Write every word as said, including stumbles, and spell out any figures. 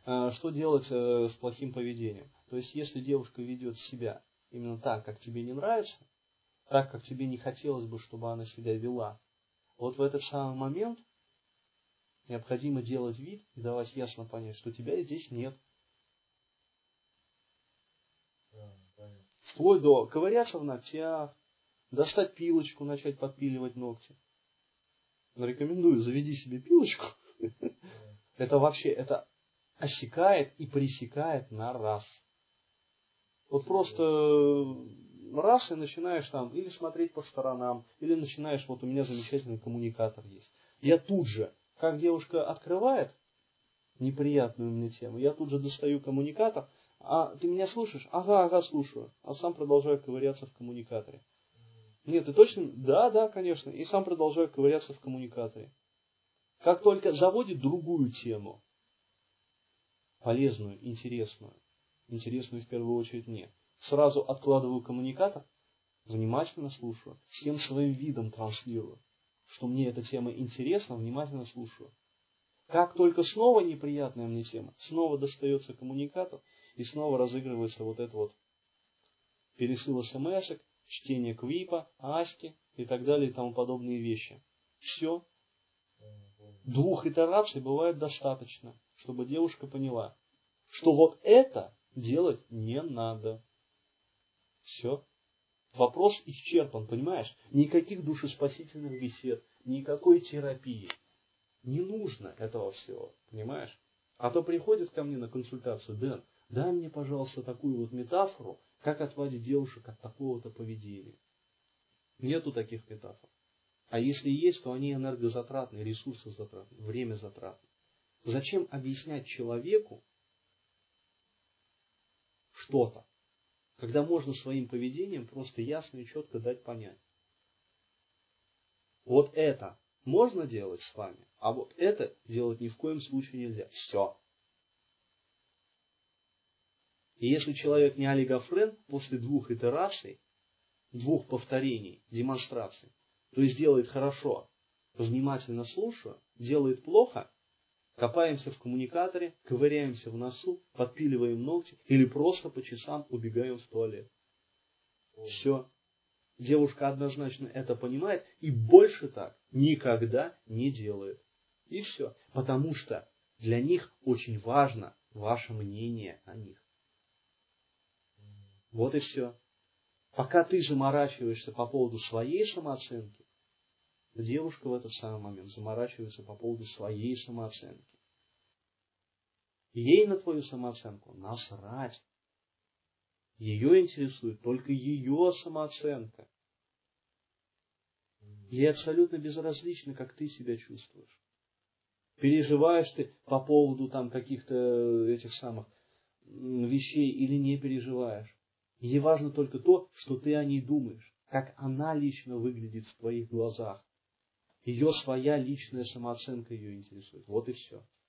что делать с плохим поведением? То есть, если девушка ведет себя именно так, как тебе не нравится, так, как тебе не хотелось бы, чтобы она себя вела, вот в этот самый момент необходимо делать вид и давать ясно понять, что тебя здесь нет. Вплоть до ковыряться в ногтях, достать пилочку, начать подпиливать ногти. Но рекомендую, заведи себе пилочку. Это вообще, это осекает и пресекает на раз. Вот просто раз и начинаешь там или смотреть по сторонам, или начинаешь, вот у меня замечательный коммуникатор есть. Я тут же, как девушка открывает неприятную мне тему, я тут же достаю коммуникатор. А ты меня слушаешь? Ага, ага, слушаю. А сам продолжаю ковыряться в коммуникаторе. Нет, ты точно? Да, да, конечно. И сам продолжаю ковыряться в коммуникаторе. Как только заводит другую тему, полезную, интересную, интересную в первую очередь мне, сразу откладываю коммуникатор, внимательно слушаю, всем своим видом транслирую, что мне эта тема интересна, внимательно слушаю. Как только снова неприятная мне тема, снова достается коммуникатор, и снова разыгрывается вот это вот пересыл смс-ок, чтение квипа, аськи и так далее и тому подобные вещи. Все. Двух итераций бывает достаточно, чтобы девушка поняла, что вот это делать не надо. Все. Вопрос исчерпан, понимаешь? Никаких душеспасительных бесед, никакой терапии. Не нужно этого всего, понимаешь? А то приходит ко мне на консультацию: Дэн, дай мне, пожалуйста, такую вот метафору, как отводить девушек от такого-то поведения. Нету таких метафор. А если есть, то они энергозатратные, ресурсозатратные, времязатратные. Зачем объяснять человеку что-то, когда можно своим поведением просто ясно и четко дать понять? Вот это можно делать с вами, а вот это делать ни в коем случае нельзя. Все. И если человек не олигофрен, после двух итераций, двух повторений, демонстраций, то есть делает хорошо, внимательно слушаю, делает плохо, копаемся в коммуникаторе, ковыряемся в носу, подпиливаем ногти или просто по часам убегаем в туалет. Все. Девушка однозначно это понимает и больше так никогда не делает. И все. Потому что для них очень важно ваше мнение о них. Вот и все. Пока ты заморачиваешься по поводу своей самооценки, девушка в этот самый момент заморачивается по поводу своей самооценки. Ей на твою самооценку насрать. Ее интересует только ее самооценка. Ей абсолютно безразлично, как ты себя чувствуешь. Переживаешь ты по поводу там каких-то этих самых вещей или не переживаешь. Ей важно только то, что ты о ней думаешь, как она лично выглядит в твоих глазах. Ее своя личная самооценка ее интересует. Вот и все.